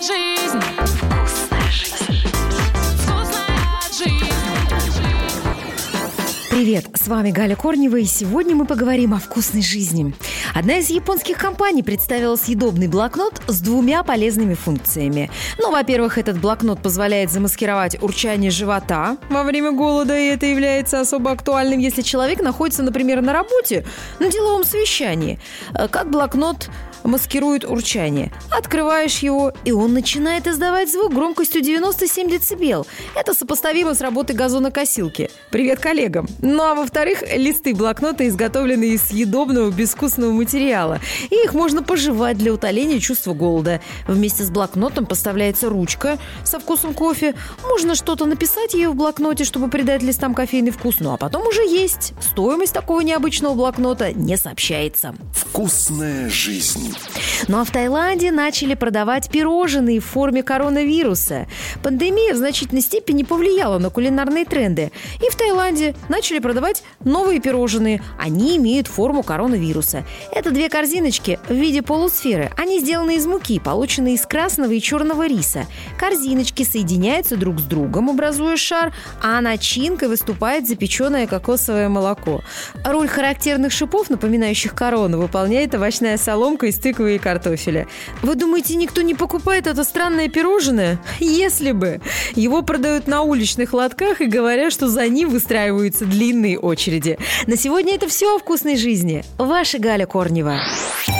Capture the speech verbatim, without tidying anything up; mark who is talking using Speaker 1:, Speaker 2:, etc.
Speaker 1: жизнь. Вкусная жизнь. Вкусная жизнь.
Speaker 2: Привет, с вами Галя Корнева, и сегодня мы поговорим о вкусной жизни. Одна из японских компаний представила съедобный блокнот с двумя полезными функциями. Ну, во-первых, этот блокнот позволяет замаскировать урчание живота во время голода, и это является особо актуальным, если человек находится, например, на работе, на деловом совещании. Как блокнот маскирует урчание? Открываешь его, и он начинает издавать звук громкостью девяносто семь децибел. Это сопоставимо с работой газонокосилки. Привет коллегам! Ну а во-вторых, листы блокнота изготовлены из съедобного безвкусного материала, и их можно пожевать для утоления чувства голода. Вместе с блокнотом поставляется ручка со вкусом кофе. Можно что-то написать ее в блокноте, чтобы придать листам кофейный вкус, ну а потом уже есть. Стоимость такого необычного блокнота не сообщается.
Speaker 3: Вкусная жизнь.
Speaker 2: Ну а в Таиланде начали продавать пирожные в форме коронавируса. Пандемия в значительной степени повлияла на кулинарные тренды. И в Таиланде начали продавать новые пирожные. Они имеют форму коронавируса. Это две корзиночки в виде полусферы. Они сделаны из муки, полученной из красного и черного риса. Корзиночки соединяются друг с другом, образуя шар, а начинкой выступает запеченное кокосовое молоко. Роль характерных шипов, напоминающих корону, выполняет овощная соломка из тыквы и картофеля. Вы думаете, никто не покупает это странное пирожное? Если бы! Его продают на уличных лотках и говорят, что за ним выстраиваются длинные очереди. На сегодня это все о вкусной жизни. Ваша Галя Корнева.